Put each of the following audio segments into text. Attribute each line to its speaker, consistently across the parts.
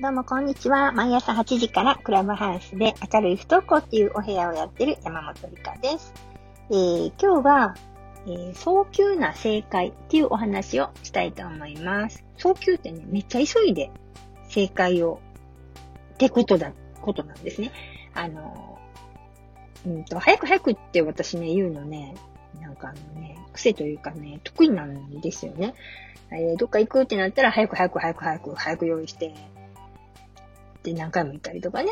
Speaker 1: どうもこんにちは。毎朝8時からクラブハウスで明るい不登校っていうお部屋をやってる山本理香です。今日は、早急な正解っていうお話をしたいと思います。早急ってね、めっちゃ急いで正解をってことなんですね。早く早くって私ね、言うのね、癖というかね、得意なんですよね。どっか行くってなったら早く用意して、って何回も言ったりとかね。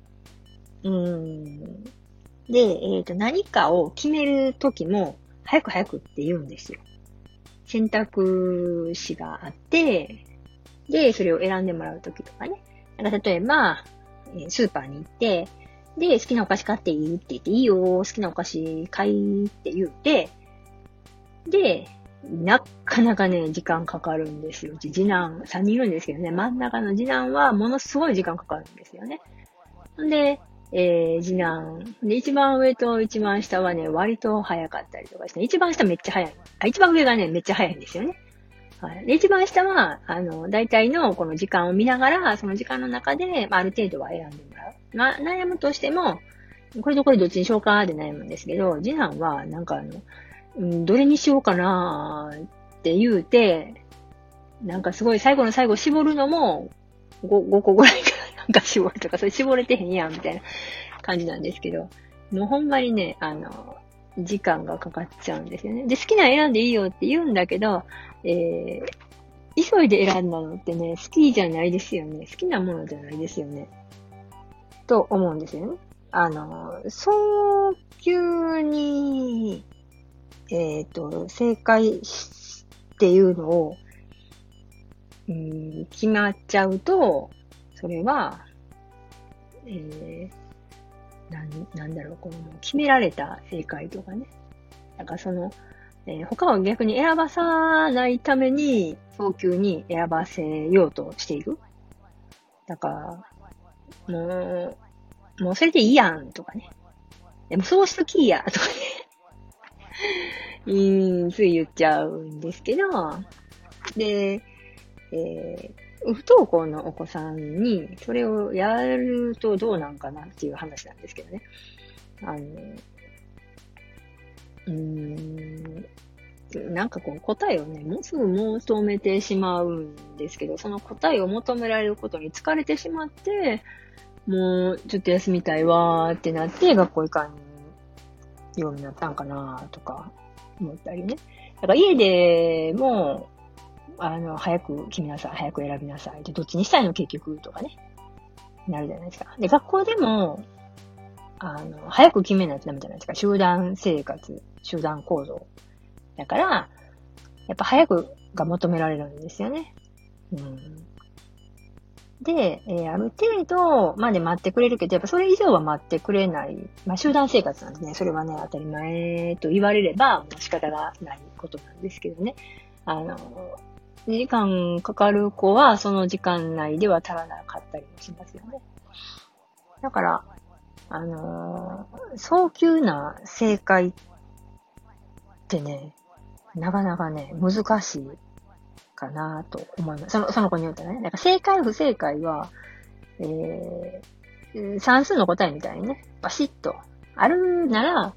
Speaker 1: で、何かを決めるときも、早くって言うんですよ。選択肢があって、で、それを選んでもらうときとかね。例えば、スーパーに行って、で、好きなお菓子買っていいって言って、いいよ、好きなお菓子買いって言って、で、なかなかね、時間かかるんですよ。次男、3人いるんですけどね、真ん中の次男はものすごい時間かかるんですよね。で、次男、で、一番上と一番下はね、割と早かったりとかして、一番下めっちゃ早い。一番上がね、めっちゃ早いんですよね。はい。で、一番下は、大体のこの時間を見ながら、その時間の中で、ある程度は選んでもらう。悩むとしても、これとこれどっちにしようかって悩むんですけど、次男は、どれにしようかなーって言うて、すごい最後の最後絞るのも5個ぐらいから絞るとか、それ絞れてへんやんみたいな感じなんですけど、もうほんまにね、時間がかかっちゃうんですよね。で、好きなの選んでいいよって言うんだけど、急いで選んだのってね、好きじゃないですよね。好きなものじゃないですよね。と思うんですよね。早急に、正解っていうのを、決まっちゃうと、それは、この決められた正解とかね。他を逆に選ばさないために、早急に選ばせようとしている。だから、もうそれでいいやんとかね。でもそうしときやとかね。つい言っちゃうんですけど、で、不登校のお子さんにそれをやるとどうなんかなっていう話なんですけどね。答えをね、もうすぐ求めてしまうんですけど、その答えを求められることに疲れてしまって、もうちょっと休みたいわーってなって学校行かんようになったんかなとか思ったりね。だから家でも、早く決めなさい、早く選びなさい。で、どっちにしたいの結局とかね。なるじゃないですか。で、学校でも、早く決めないとダメじゃないですか。集団生活、集団行動。だから、やっぱ早くが求められるんですよね。で、ある程度まで待ってくれるけど、やっぱそれ以上は待ってくれない。集団生活なんでね、それはね、当たり前と言われれば、もう仕方がないことなんですけどね。時間かかる子は、その時間内では足らなかったりもしますよね。だから、早急な正解ってね、なかなかね、難しいかなと思います。その子によってはね。正解不正解は、算数の答えみたいにね、バシッとあるなら、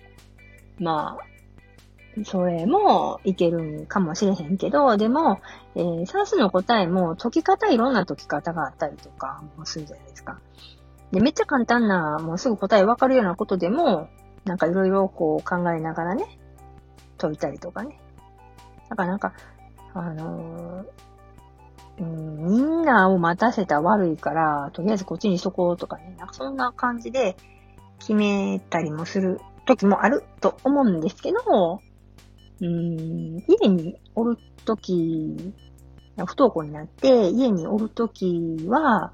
Speaker 1: それもいけるんかもしれへんけど、でも、算数の答えも解き方いろんな解き方があったりとかもするじゃないですか。で、めっちゃ簡単な、もうすぐ答えわかるようなことでも、いろいろ考えながらね、解いたりとかね。みんなを待たせたら悪いから、とりあえずこっちにしとこうとかね、そんな感じで決めたりもする時もあると思うんですけど、家におる時、不登校になって家におる時は、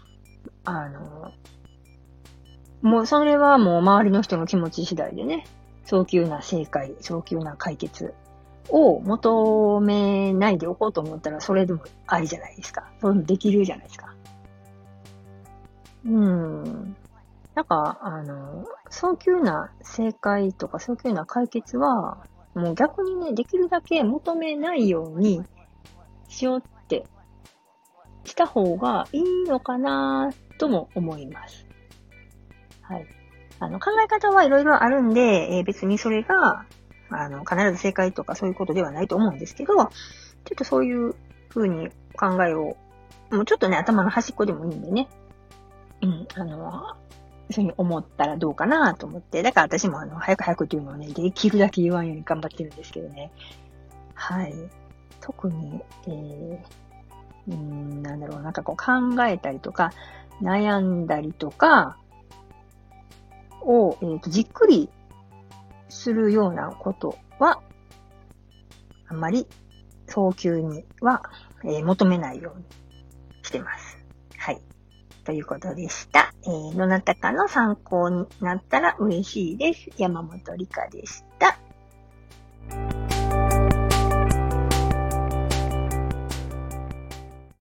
Speaker 1: もうそれはもう周りの人の気持ち次第でね、早急な正解、早急な解決を求めないでおこうと思ったら、それでもありじゃないですか。そういうのできるじゃないですか。早急な正解とか早急な解決は、もう逆にね、できるだけ求めないようにしようってした方がいいのかなとも思います。はい。考え方はいろいろあるんで、別にそれが、必ず正解とかそういうことではないと思うんですけど、ちょっとそういう風に考えを、もうちょっとね、頭の端っこでもいいんでね、そういう風に思ったらどうかなと思って、だから私も早く早くっていうのをね、できるだけ言わんように頑張ってるんですけどね。はい。特に、なんだろう、なんかこう考えたりとか、悩んだりとかを、じっくりするようなことは、あんまり早急には、求めないようにしてます。はい。ということでした。どなたかの参考になったら嬉しいです。山本理香でした。